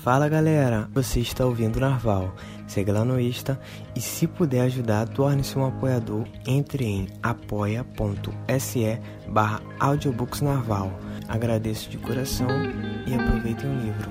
Fala galera, você está ouvindo Narval, segue lá no Insta e se puder ajudar, torne-se um apoiador, entre em apoia.se/audiobooksnarval. Agradeço de coração e aproveitem o livro.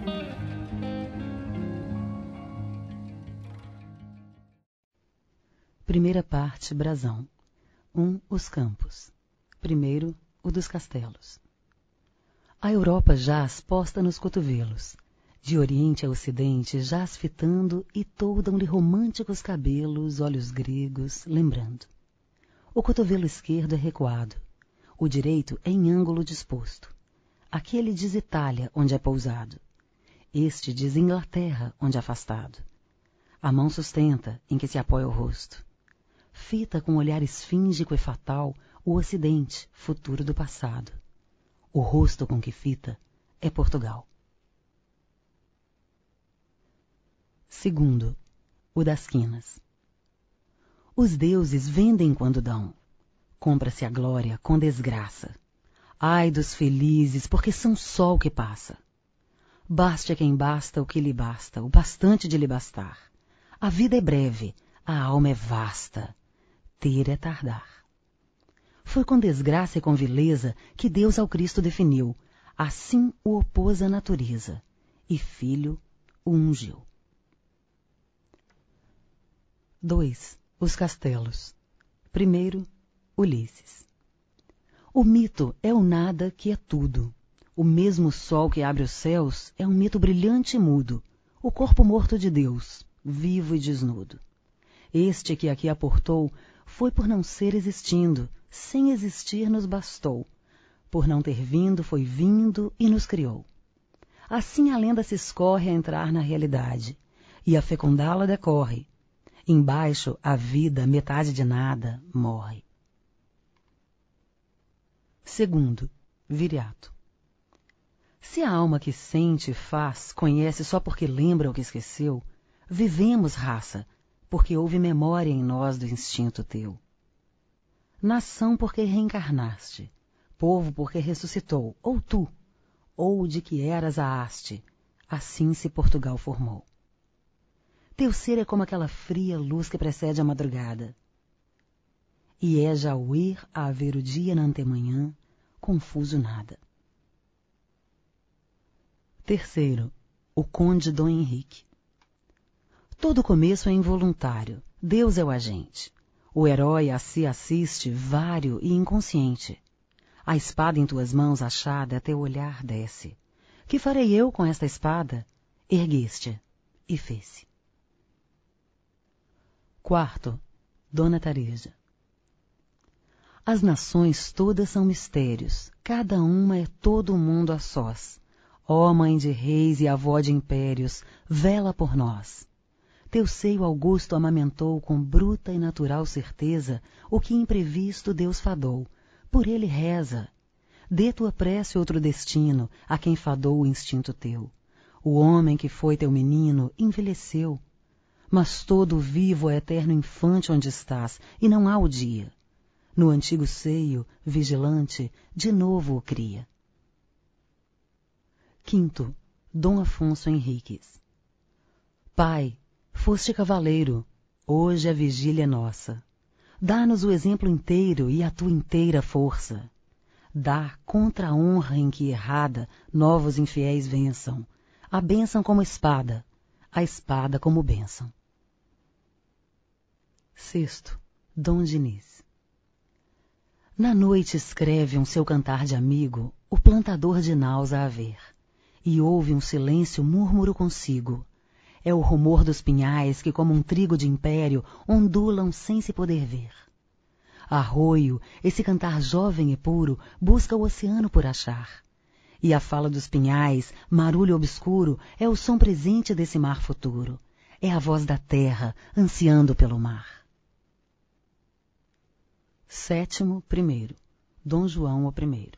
Primeira parte, Brasão. 1. Os campos. Primeiro, o dos castelos. A Europa jaz posta nos cotovelos. De oriente a ocidente jaz fitando e toldam-lhe românticos cabelos, olhos gregos, lembrando. O cotovelo esquerdo é recuado, o direito é em ângulo disposto. Aquele diz Itália, onde é pousado. Este diz Inglaterra, onde é afastado. A mão sustenta, em que se apoia o rosto. Fita com olhar esfíngico e fatal o ocidente, futuro do passado. O rosto com que fita é Portugal. Segundo, o das quinas. Os deuses vendem quando dão. Compra-se a glória com desgraça. Ai dos felizes, porque são só o que passa. Baste a quem basta o que lhe basta, o bastante de lhe bastar. A vida é breve, a alma é vasta. Ter é tardar. Foi com desgraça e com vileza que Deus ao Cristo definiu. Assim o opôs à natureza, e Filho o ungiu. 2. Os castelos. Primeiro, Ulisses. O mito é o nada que é tudo. O mesmo sol que abre os céus é um mito brilhante e mudo, o corpo morto de Deus, vivo e desnudo. Este que aqui aportou foi por não ser existindo, sem existir nos bastou. Por não ter vindo, foi vindo e nos criou. Assim a lenda se escorre a entrar na realidade, e a fecundá-la decorre. Embaixo, a vida, metade de nada, morre. Segundo, Viriato. Se a alma que sente e faz, conhece só porque lembra o que esqueceu, vivemos, raça, porque houve memória em nós do instinto teu. Nação porque reencarnaste, povo porque ressuscitou, ou tu, ou de que eras a haste, assim se Portugal formou. Teu ser é como aquela fria luz que precede a madrugada. E é já o ir a haver o dia na antemanhã, confuso nada. Terceiro, o conde Dom Henrique. Todo começo é involuntário, Deus é o agente. O herói a si assiste, vário e inconsciente. A espada em tuas mãos achada, teu olhar desce. Que farei eu com esta espada? Ergueste, e fez-se. Quarto, Dona Tareja. As nações todas são mistérios, cada uma é todo o mundo a sós. Ó mãe de reis e avó de impérios, vela por nós. Teu seio augusto amamentou com bruta e natural certeza o que imprevisto Deus fadou, por ele reza. Dê tua prece outro destino a quem fadou o instinto teu. O homem que foi teu menino envelheceu, mas todo vivo é eterno infante onde estás, e não há o dia. No antigo seio, vigilante, de novo o cria. Quinto, Dom Afonso Henriques. Pai, foste cavaleiro, hoje a vigília é nossa. Dá-nos o exemplo inteiro e a tua inteira força. Dá contra a honra em que errada novos infiéis vençam, a bênção como espada, a espada como bênção. Sexto, Dom Diniz. Na noite escreve um seu cantar de amigo o plantador de naus a haver, e ouve um silêncio múrmuro consigo. É o rumor dos pinhais que, como um trigo de império, ondulam sem se poder ver. Arroio, esse cantar jovem e puro, busca o oceano por achar. E a fala dos pinhais, marulho obscuro, é o som presente desse mar futuro. É a voz da terra, ansiando pelo mar. Sétimo, primeiro, Dom João o I.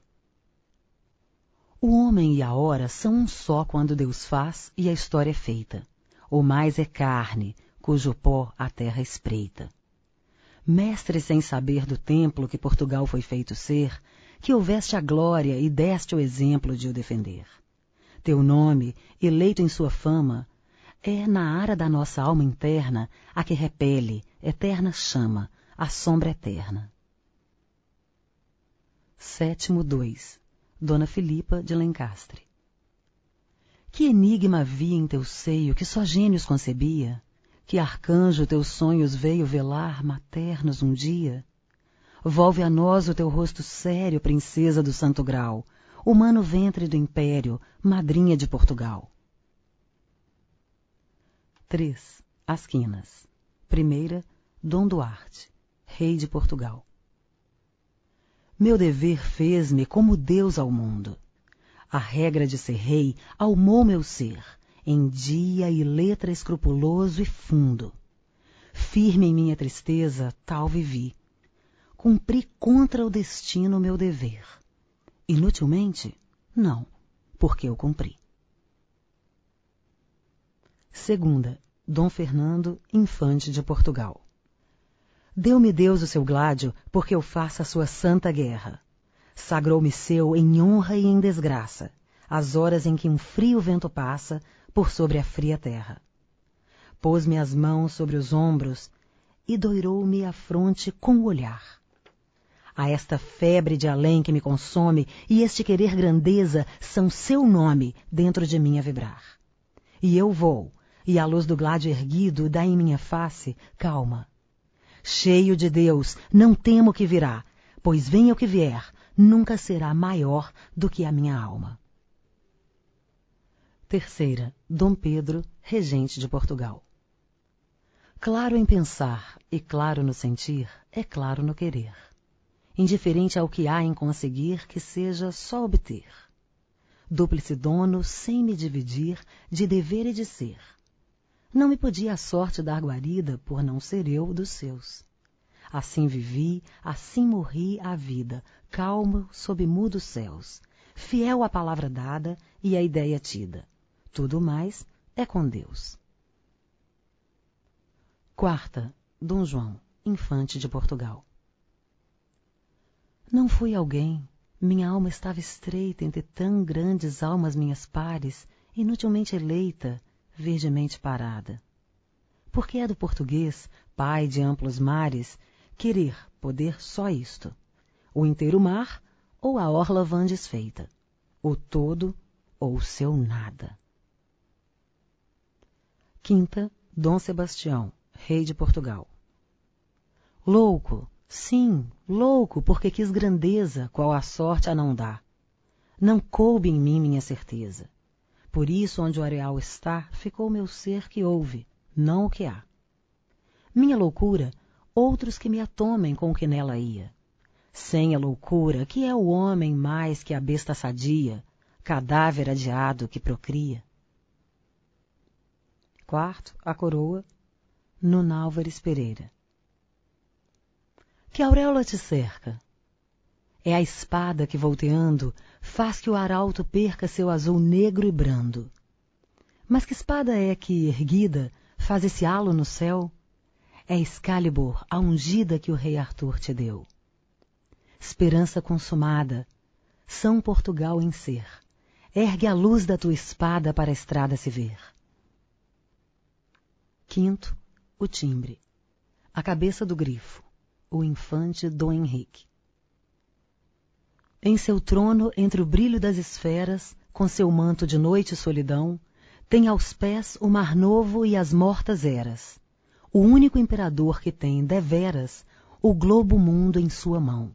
O homem e a hora são um só quando Deus faz e a história é feita. O mais é carne, cujo pó a terra espreita. Mestre sem saber do templo que Portugal foi feito ser, que houveste a glória e deste o exemplo de o defender. Teu nome, eleito em sua fama, é na ara da nossa alma interna a que repele, eterna chama, a sombra eterna. 7.2 Dona Filipa de Lencastre. Que enigma havia em teu seio que só gênios concebia? Que arcanjo teus sonhos veio velar maternos um dia? Volve a nós o teu rosto sério, princesa do santo grau, humano ventre do império, madrinha de Portugal. 3. As Quinas. Primeira, Dom Duarte, rei de Portugal. Meu dever fez-me como Deus ao mundo. A regra de ser rei almou meu ser, em dia e letra escrupuloso e fundo. Firme em minha tristeza, tal vivi. Cumpri contra o destino meu dever. Inutilmente? Não, porque eu cumpri. Segunda, Dom Fernando, infante de Portugal. Deu-me Deus o seu gládio, porque eu faça a sua santa guerra. Sagrou-me seu em honra e em desgraça, as horas em que um frio vento passa por sobre a fria terra. Pôs-me as mãos sobre os ombros e doirou-me a fronte com o olhar. A esta febre de além que me consome e este querer grandeza são seu nome dentro de mim a vibrar. E eu vou, e a luz do gládio erguido dá em minha face calma. Cheio de Deus, não temo o que virá, pois venha o que vier, nunca será maior do que a minha alma. Terceira, Dom Pedro, regente de Portugal. Claro em pensar e claro no sentir, é claro no querer. Indiferente ao que há em conseguir, que seja só obter. Dúplice dono, sem me dividir, de dever e de ser. Não me podia a sorte dar guarida, por não ser eu dos seus. Assim vivi, assim morri a vida, calmo sob mudos céus, fiel à palavra dada e à ideia tida. Tudo mais é com Deus. Quarta, Dom João, infante de Portugal. Não fui alguém, minha alma estava estreita entre tão grandes almas minhas pares, inutilmente eleita, virgemente parada. Porque é do português, pai de amplos mares, querer, poder só isto, o inteiro mar ou a orla vã desfeita, o todo ou o seu nada. Quinta, Dom Sebastião, rei de Portugal. Louco, sim, louco, porque quis grandeza, qual a sorte a não dá. Não coube em mim minha certeza. Por isso, onde o areal está, ficou meu ser que ouve, não o que há. Minha loucura, outros que me a tomem com o que nela ia. Sem a loucura, que é o homem mais que a besta sadia, cadáver adiado que procria. Quarto, a coroa, Nuno Álvares Pereira. Que auréola te cerca? É a espada que, volteando, faz que o arauto perca seu azul negro e brando. Mas que espada é que, erguida, faz esse halo no céu? É Excalibur, a ungida que o rei Arthur te deu. Esperança consumada, São Portugal em ser, ergue a luz da tua espada para a estrada se ver. Quinto, o timbre, a cabeça do grifo, o infante Dom Henrique. Em seu trono, entre o brilho das esferas, com seu manto de noite e solidão, tem aos pés o mar novo e as mortas eras, o único imperador que tem, deveras, o globo mundo em sua mão.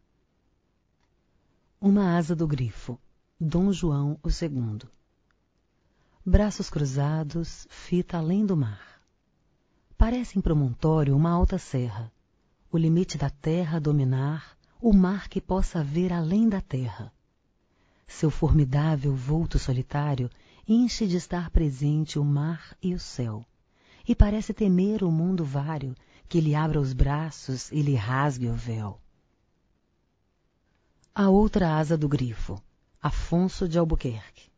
Uma asa do grifo, Dom João II. Braços cruzados, fita além do mar. Parece em promontório uma alta serra, o limite da terra a dominar, o mar que possa ver além da terra. Seu formidável vulto solitário enche de estar presente o mar e o céu, e parece temer o mundo vário que lhe abra os braços e lhe rasgue o véu. A outra asa do grifo, Afonso de Albuquerque.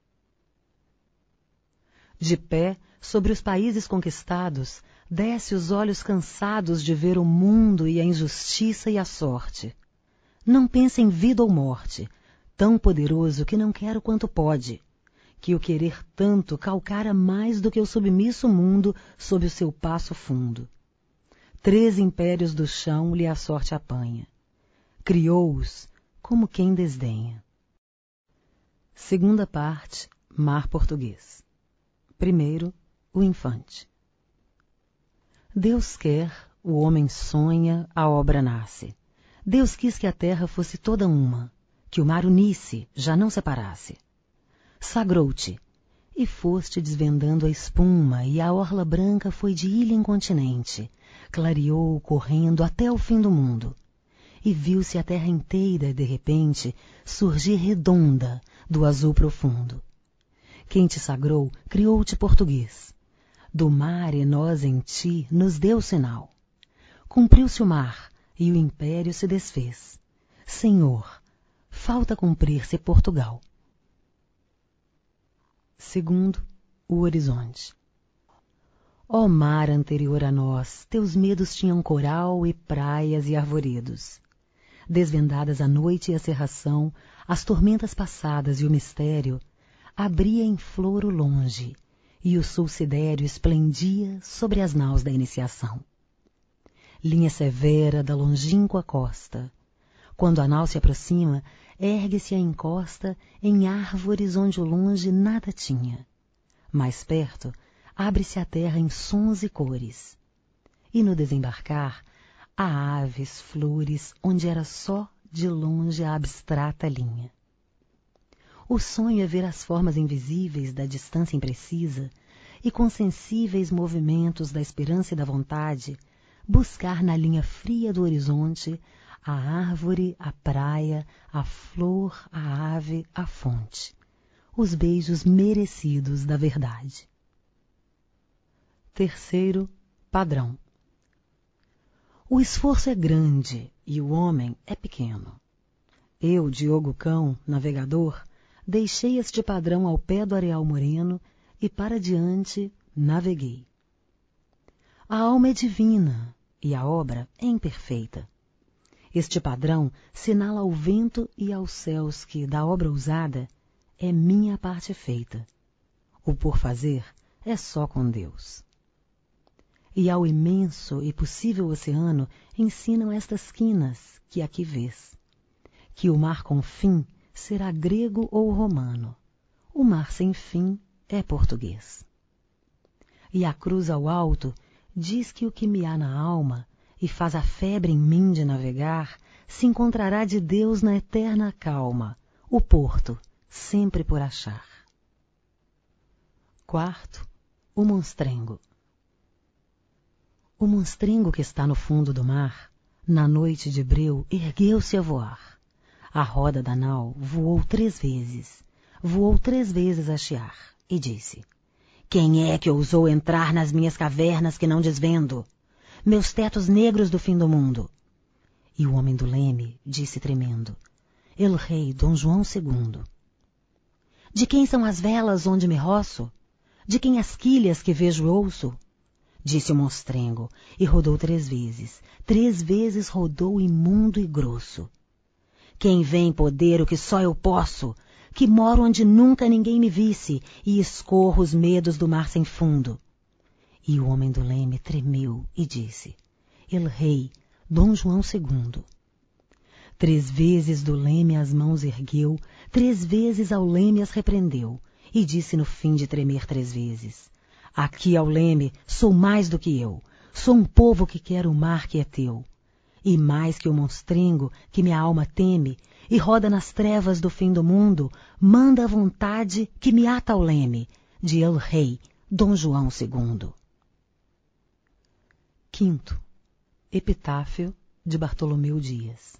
De pé, sobre os países conquistados, desce os olhos cansados de ver o mundo e a injustiça e a sorte. Não pensa em vida ou morte, tão poderoso que não quer o quanto pode, que o querer tanto calcara mais do que o submisso mundo sob o seu passo fundo. 3 impérios do chão lhe a sorte apanha. Criou-os como quem desdenha. Segunda parte, Mar Português. Primeiro, o infante. Deus quer, o homem sonha, a obra nasce. Deus quis que a terra fosse toda uma, que o mar unisse, já não separasse. Sagrou-te, e foste desvendando a espuma, e a orla branca foi de ilha em continente, clareou correndo até o fim do mundo. E viu-se a terra inteira, de repente, surgir redonda do azul profundo. Quem te sagrou, criou-te português. Do mar e nós em ti nos deu sinal. Cumpriu-se o mar, e o império se desfez. Senhor, falta cumprir-se Portugal. Segundo, o horizonte. Ó mar anterior a nós, teus medos tinham coral e praias e arvoredos. Desvendadas a noite e a cerração, as tormentas passadas e o mistério, abria em flor o longe, e o sul sidéreo esplendia sobre as naus da iniciação. Linha severa da longínqua costa. Quando a nau se aproxima, ergue-se a encosta em árvores onde o longe nada tinha. Mais perto, abre-se a terra em sons e cores. E no desembarcar, há aves, flores, onde era só de longe a abstrata linha. O sonho é ver as formas invisíveis da distância imprecisa e com sensíveis movimentos da esperança e da vontade, buscar na linha fria do horizonte a árvore, a praia, a flor, a ave, a fonte, os beijos merecidos da verdade. Terceiro, padrão. O esforço é grande e o homem é pequeno. Eu, Diogo Cão, navegador, deixei este padrão ao pé do areal moreno e para diante naveguei. A alma é divina e a obra é imperfeita. Este padrão sinala ao vento e aos céus que, da obra usada, é minha parte feita. O por fazer é só com Deus. E ao imenso e possível oceano ensinam estas quinas que aqui vês, que o mar com fim será grego ou romano, o mar sem fim é português. E a cruz ao alto diz que o que me há na alma e faz a febre em mim de navegar, se encontrará de Deus na eterna calma, o porto sempre por achar. Quarto, o monstrengo. O monstrengo que está no fundo do mar, na noite de breu, ergueu-se a voar. A roda da nau voou 3 vezes a chiar, e disse: Quem é que ousou entrar nas minhas cavernas que não desvendo? Meus tetos negros do fim do mundo. E o homem do leme disse tremendo: El Rei Dom João II. De quem são as velas onde me roço? De quem as quilhas que vejo e ouço? Disse o monstrengo, e rodou 3 vezes rodou imundo e grosso. Quem vem poder o que só eu posso, que moro onde nunca ninguém me visse, e escorro os medos do mar sem fundo. E o homem do leme tremeu e disse: El Rei Dom João II. 3 vezes do leme as mãos ergueu, 3 vezes ao leme as repreendeu, e disse no fim de tremer 3 vezes: Aqui ao leme sou mais do que eu, sou um povo que quer o mar que é teu. E mais que o monstrengo que minha alma teme, e roda nas trevas do fim do mundo, manda a vontade que me ata ao leme, de El Rei Dom João II. Quinto, epitáfio de Bartolomeu Dias.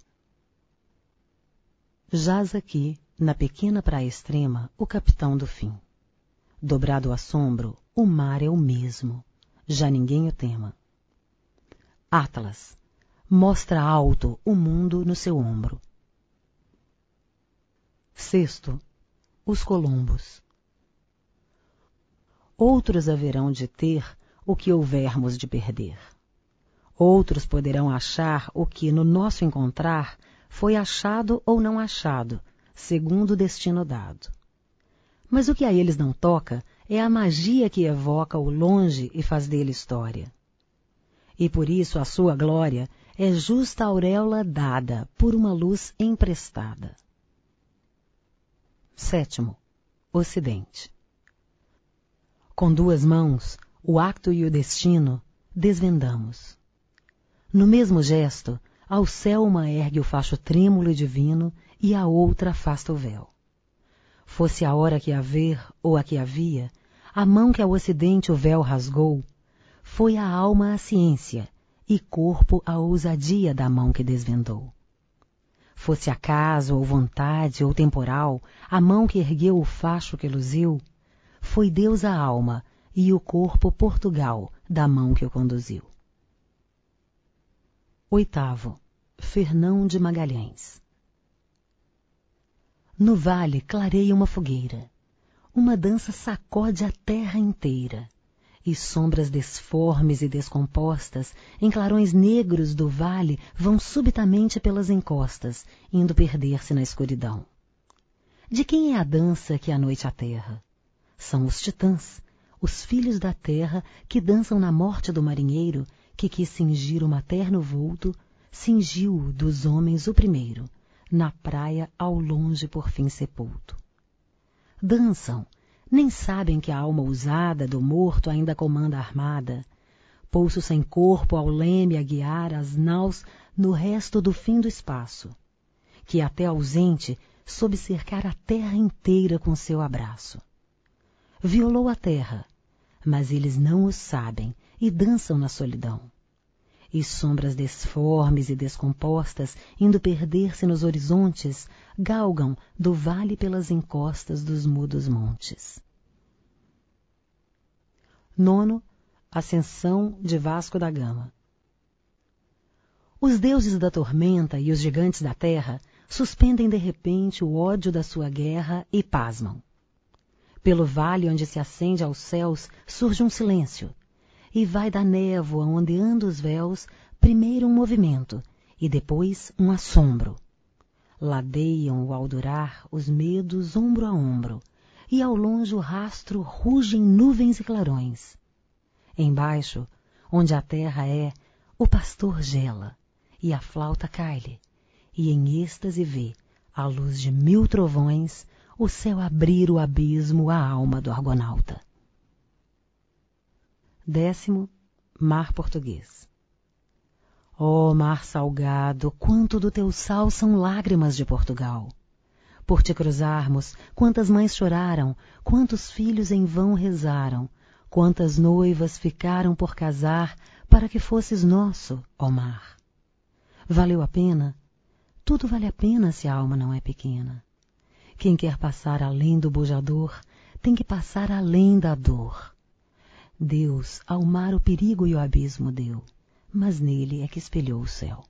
Jaz aqui, na pequena praia extrema, o capitão do fim. Dobrado o assombro, o mar é o mesmo, já ninguém o tema. Atlas, mostra alto o mundo no seu ombro. Sexto, os colombos. Outros haverão de ter o que houvermos de perder. Outros poderão achar o que, no nosso encontrar, foi achado ou não achado, segundo o destino dado. Mas o que a eles não toca é a magia que evoca o longe e faz dele história. E por isso a sua glória é justa auréola dada por uma luz emprestada. 7º. Ocidente. Com 2 mãos, o acto e o destino desvendamos. No mesmo gesto, ao céu uma ergue o facho trêmulo e divino e a outra afasta o véu. Fosse a hora que haver ou a que havia, a mão que ao ocidente o véu rasgou, foi a alma a ciência e corpo a ousadia da mão que desvendou. Fosse acaso ou vontade ou temporal, a mão que ergueu o facho que luziu, foi Deus a alma e o corpo Portugal da mão que o conduziu. 8º. Fernão de Magalhães. No vale clareia uma fogueira, uma dança sacode a terra inteira, e sombras desformes e descompostas, em clarões negros do vale, vão subitamente pelas encostas, indo perder-se na escuridão. De quem é a dança que à noite aterra? São os titãs, os filhos da terra, que dançam na morte do marinheiro, que quis cingir o materno vulto, cingiu-o dos homens o primeiro, na praia ao longe por fim sepulto. Dançam, nem sabem que a alma usada do morto ainda comanda a armada, pulso sem corpo ao leme a guiar as naus no resto do fim do espaço, que até ausente soube cercar a terra inteira com seu abraço. Violou a terra, mas eles não o sabem e dançam na solidão. E sombras desformes e descompostas, indo perder-se nos horizontes, galgam do vale pelas encostas dos mudos montes. 9º. Ascensão de Vasco da Gama. Os deuses da tormenta e os gigantes da terra suspendem de repente o ódio da sua guerra e pasmam. Pelo vale onde se acende aos céus surge um silêncio, e vai da névoa ondeando os véus, primeiro um movimento, e depois um assombro. Ladeiam o aldurar os medos ombro a ombro, e ao longe o rastro rugem nuvens e clarões. Embaixo, onde a terra é, o pastor gela, e a flauta cai-lhe, e em êxtase vê, à luz de 1000 trovões, o céu abrir o abismo à alma do argonauta. 10º. Mar Português. Ó mar salgado, quanto do teu sal são lágrimas de Portugal! Por te cruzarmos, quantas mães choraram, quantos filhos em vão rezaram, quantas noivas ficaram por casar para que fosses nosso, ó mar! Valeu a pena? Tudo vale a pena se a alma não é pequena. Quem quer passar além do bujador, tem que passar além da dor. Deus ao mar o perigo e o abismo deu, mas nele é que espelhou o céu.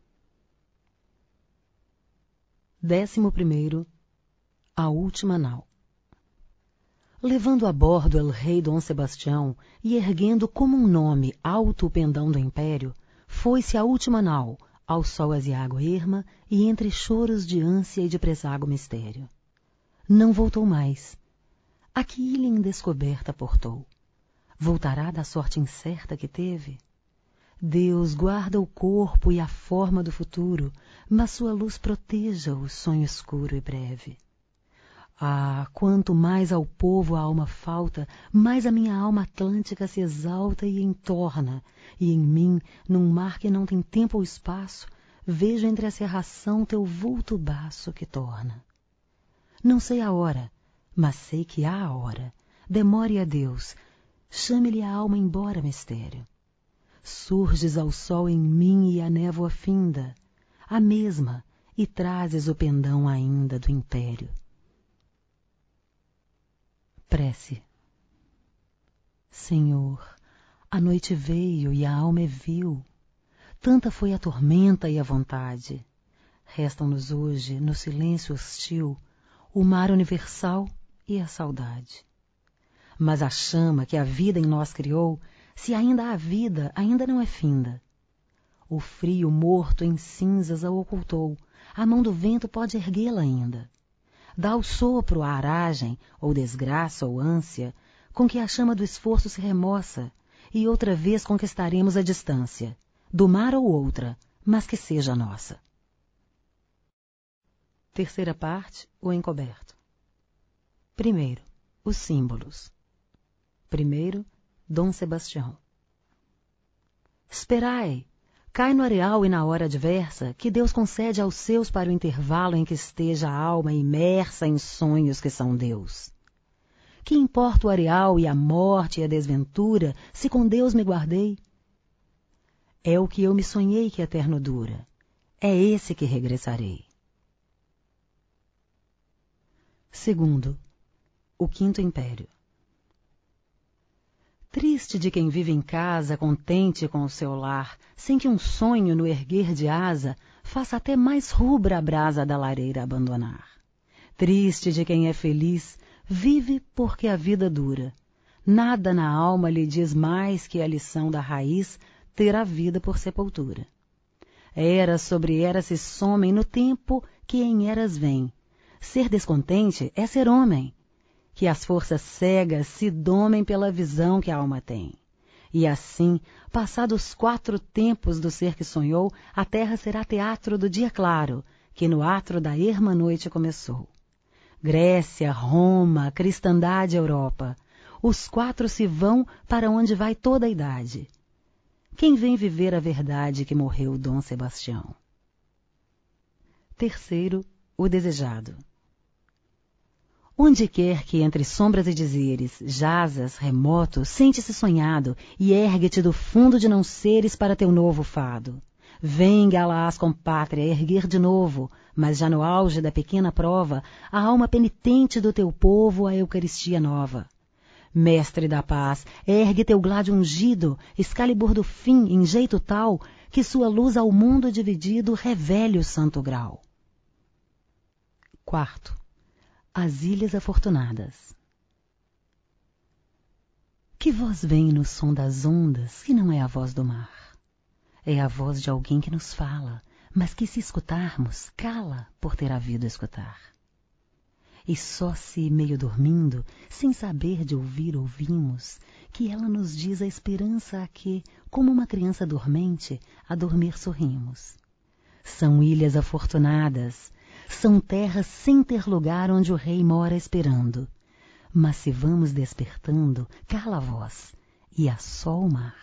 11º. A última nau. Levando a bordo el rei Dom Sebastião e erguendo como um nome alto o pendão do império, foi-se a última nau, ao sol aziago erma e entre choros de ânsia e de presago mistério. Não voltou mais. A que ilha indescoberta portou? Voltará da sorte incerta que teve? Deus guarda o corpo e a forma do futuro, mas sua luz proteja o sonho escuro e breve. Ah, quanto mais ao povo a alma falta, mais a minha alma atlântica se exalta e entorna, e em mim, num mar que não tem tempo ou espaço, vejo entre a cerração teu vulto baço que torna. Não sei a hora, mas sei que há a hora. Demore a Deus, chame-lhe a alma embora, mistério. Surges ao sol em mim e a névoa finda, a mesma, e trazes o pendão ainda do império. Prece. Senhor, a noite veio e a alma é vil. Tanta foi a tormenta e a vontade. Restam-nos hoje, no silêncio hostil, o mar universal e a saudade. Mas a chama que a vida em nós criou, se ainda há vida, ainda não é finda. O frio morto em cinzas a ocultou, a mão do vento pode erguê-la ainda. dá ao sopro a aragem, ou desgraça ou ânsia, com que a chama do esforço se remoça, e outra vez conquistaremos a distância, do mar ou outra, mas que seja nossa. Terceira parte, o encoberto. Primeiro, os símbolos. Primeiro, Dom Sebastião. Esperai, cai no areal e na hora adversa, que Deus concede aos seus para o intervalo em que esteja a alma imersa em sonhos que são Deus. Que importa o areal e a morte e a desventura, se com Deus me guardei? É o que eu me sonhei que eterno dura, é esse que regressarei. Segundo, o Quinto Império. Triste de quem vive em casa, contente com o seu lar, sem que um sonho no erguer de asa faça até mais rubra a brasa da lareira abandonar. Triste de quem é feliz, vive porque a vida dura. Nada na alma lhe diz mais que a lição da raiz ter a vida por sepultura. Eras sobre eras se somem no tempo que em eras vem. Ser descontente é ser homem. Que as forças cegas se domem pela visão que a alma tem. E assim, passados 4 tempos do ser que sonhou, a terra será teatro do dia claro, que no atro da erma noite começou. Grécia, Roma, cristandade, Europa, os 4 se vão para onde vai toda a idade. Quem vem viver a verdade que morreu Dom Sebastião? Terceiro, o desejado. Onde quer que entre sombras e dizeres jazas, remoto, sente-se sonhado e ergue-te do fundo de não seres para teu novo fado. Vem, Galaás compátria, erguer de novo, mas já no auge da pequena prova, a alma penitente do teu povo a Eucaristia nova. Mestre da paz, ergue teu gládio ungido, Excalibur do fim, em jeito tal, que sua luz ao mundo dividido revele o santo grau. Quarto, as Ilhas Afortunadas. Que voz vem no som das ondas, que não é a voz do mar? É a voz de alguém que nos fala, mas que se escutarmos, cala por ter havido escutar. E só se, meio dormindo, sem saber de ouvir, ouvimos, que ela nos diz a esperança a que, como uma criança dormente, a dormir sorrimos. São ilhas afortunadas, são terras sem ter lugar onde o rei mora esperando. Mas se vamos despertando, cala a voz, e há só o mar.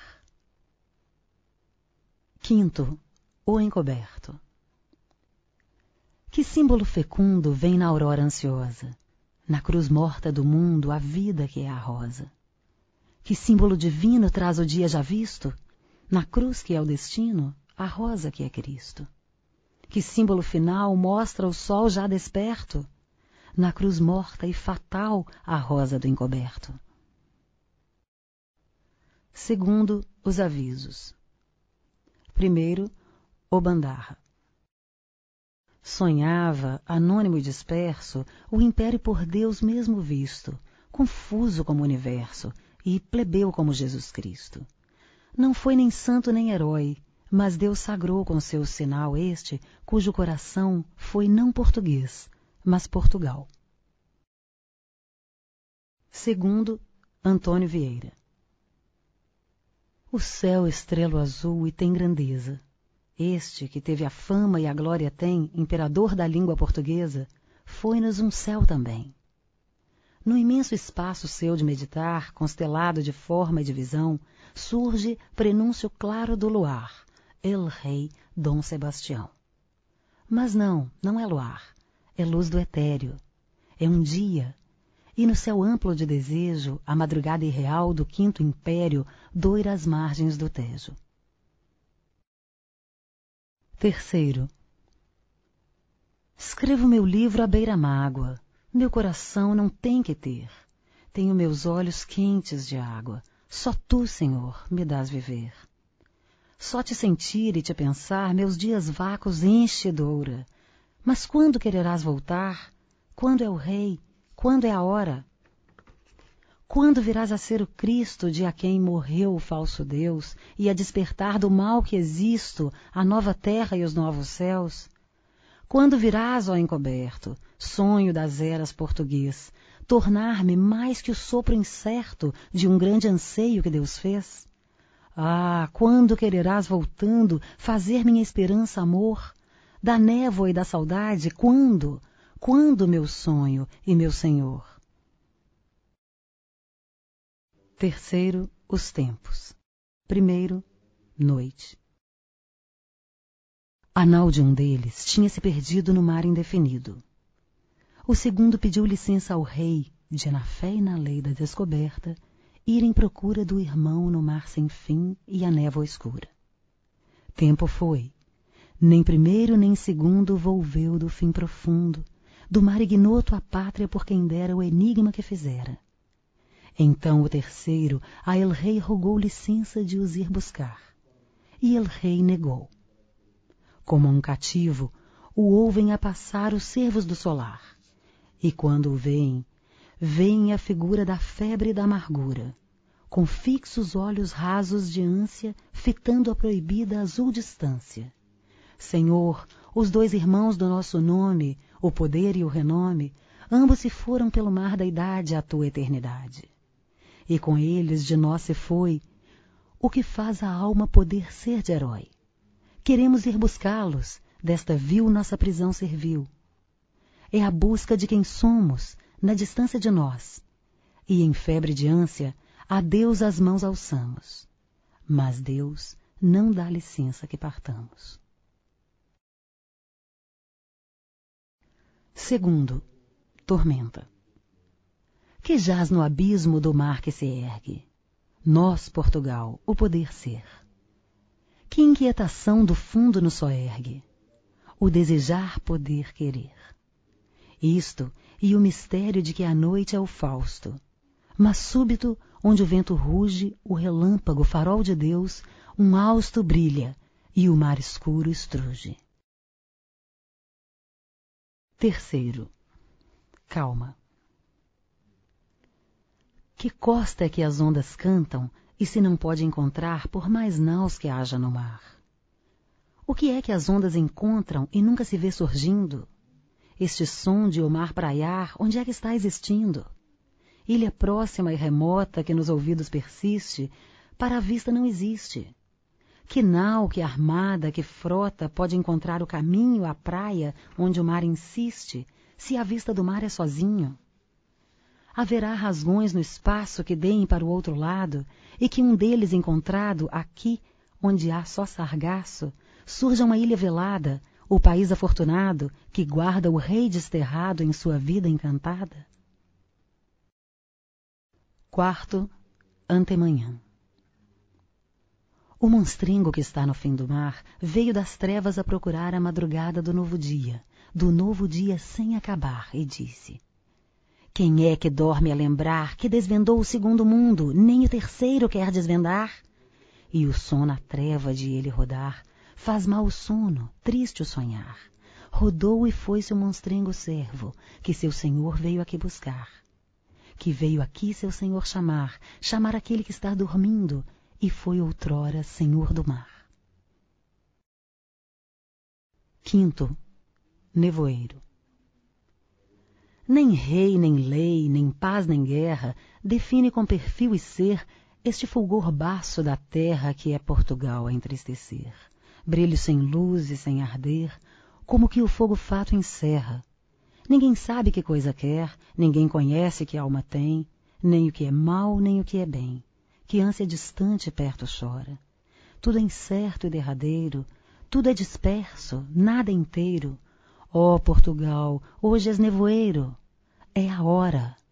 Quinto, o encoberto. Que símbolo fecundo vem na aurora ansiosa, na cruz morta do mundo a vida que é a rosa. Que símbolo divino traz o dia já visto, na cruz que é o destino, a rosa que é Cristo. Que símbolo final mostra o sol já desperto, na cruz morta e fatal a rosa do encoberto. Segundo, os avisos. Primeiro, o Bandarra. Sonhava, anônimo e disperso, o império por Deus mesmo visto, confuso como o universo e plebeu como Jesus Cristo. Não foi nem santo nem herói, mas Deus sagrou com seu sinal este, cujo coração foi não português, mas Portugal. Segundo, Antônio Vieira. O céu estrelo azul e tem grandeza. Este, que teve a fama e a glória tem, imperador da língua portuguesa, foi-nos um céu também. No imenso espaço seu de meditar, constelado de forma e de visão, surge prenúncio claro do luar, El Rei Dom Sebastião. Mas não é luar, é luz do etéreo, é um dia, e no céu amplo de desejo, a madrugada irreal do Quinto Império doira às margens do Tejo. Terceiro, escrevo meu livro à beira-mágoa, meu coração não tem que ter, tenho meus olhos quentes de água, só tu, Senhor, me dás viver. Só te sentir e te pensar, meus dias vacos enche doura, mas quando quererás voltar? Quando é o rei? Quando é a hora? Quando virás a ser o Cristo de a quem morreu o falso Deus e a despertar do mal que existo, a nova terra e os novos céus? Quando virás, ó encoberto, sonho das eras português, tornar-me mais que o sopro incerto de um grande anseio que Deus fez? Ah, quando quererás voltando fazer minha esperança amor? Da névoa e da saudade, quando? Quando meu sonho e meu Senhor? Terceiro, os tempos. Primeiro, noite. A nau de um deles tinha se perdido no mar indefinido. O segundo pediu licença ao rei de, na fé e na lei da descoberta, ir em procura do irmão no mar sem fim e a névoa escura. Tempo foi. Nem primeiro nem segundo volveu do fim profundo, do mar ignoto à pátria por quem dera o enigma que fizera. Então o terceiro a el-rei rogou licença de os ir buscar. E el-rei negou. Como um cativo, o ouvem a passar os cervos do solar. E quando o veem, veem a figura da febre e da amargura, com fixos olhos rasos de ânsia, fitando a proibida azul distância. Senhor, os dois irmãos do nosso nome, o poder e o renome, ambos se foram pelo mar da idade à tua eternidade. E com eles de nós se foi o que faz a alma poder ser de herói. Queremos ir buscá-los, desta vil nossa prisão servil. É a busca de quem somos, na distância de nós. E em febre de ânsia, a Deus as mãos alçamos. Mas Deus não dá licença que partamos. Segundo, tormenta. Que jaz no abismo do mar que se ergue. Nós, Portugal, o poder ser. Que inquietação do fundo nos soergue, o desejar poder querer. Isto e o mistério de que a noite é o Fausto, mas súbito, onde o vento ruge, o relâmpago, farol de Deus, um hausto brilha e o mar escuro estruge. Terceiro, calma. Que costa é que as ondas cantam e se não pode encontrar por mais naus que haja no mar? O que é que as ondas encontram e nunca se vê surgindo? Este som de o mar praiar, onde é que está existindo? Ilha próxima e remota que nos ouvidos persiste, para a vista não existe. Que nau, que armada, que frota pode encontrar o caminho à praia onde o mar insiste, se a vista do mar é sozinho? Haverá rasgões no espaço que deem para o outro lado, e que um deles encontrado aqui, onde há só sargaço, surja uma ilha velada, o país afortunado que guarda o rei desterrado em sua vida encantada? Quarto, antemanhã. O monstrengo que está no fim do mar veio das trevas a procurar a madrugada do novo dia sem acabar, e disse: quem é que dorme a lembrar que desvendou o segundo mundo, nem o terceiro quer desvendar? E o som na treva de ele rodar faz mal o sono, triste o sonhar. Rodou e foi-se o monstrengo servo, que seu senhor veio aqui buscar. Que veio aqui seu senhor chamar aquele que está dormindo, e foi outrora senhor do mar. Quinto, nevoeiro. Nem rei, nem lei, nem paz, nem guerra define com perfil e ser este fulgor baço da terra que é Portugal a entristecer. Brilho sem luz e sem arder, como que o fogo fato encerra. Ninguém sabe que coisa quer, ninguém conhece que alma tem, nem o que é mal, nem o que é bem, que ânsia distante perto chora. Tudo é incerto e derradeiro, tudo é disperso, nada inteiro. Ó Portugal, hoje és nevoeiro, é a hora.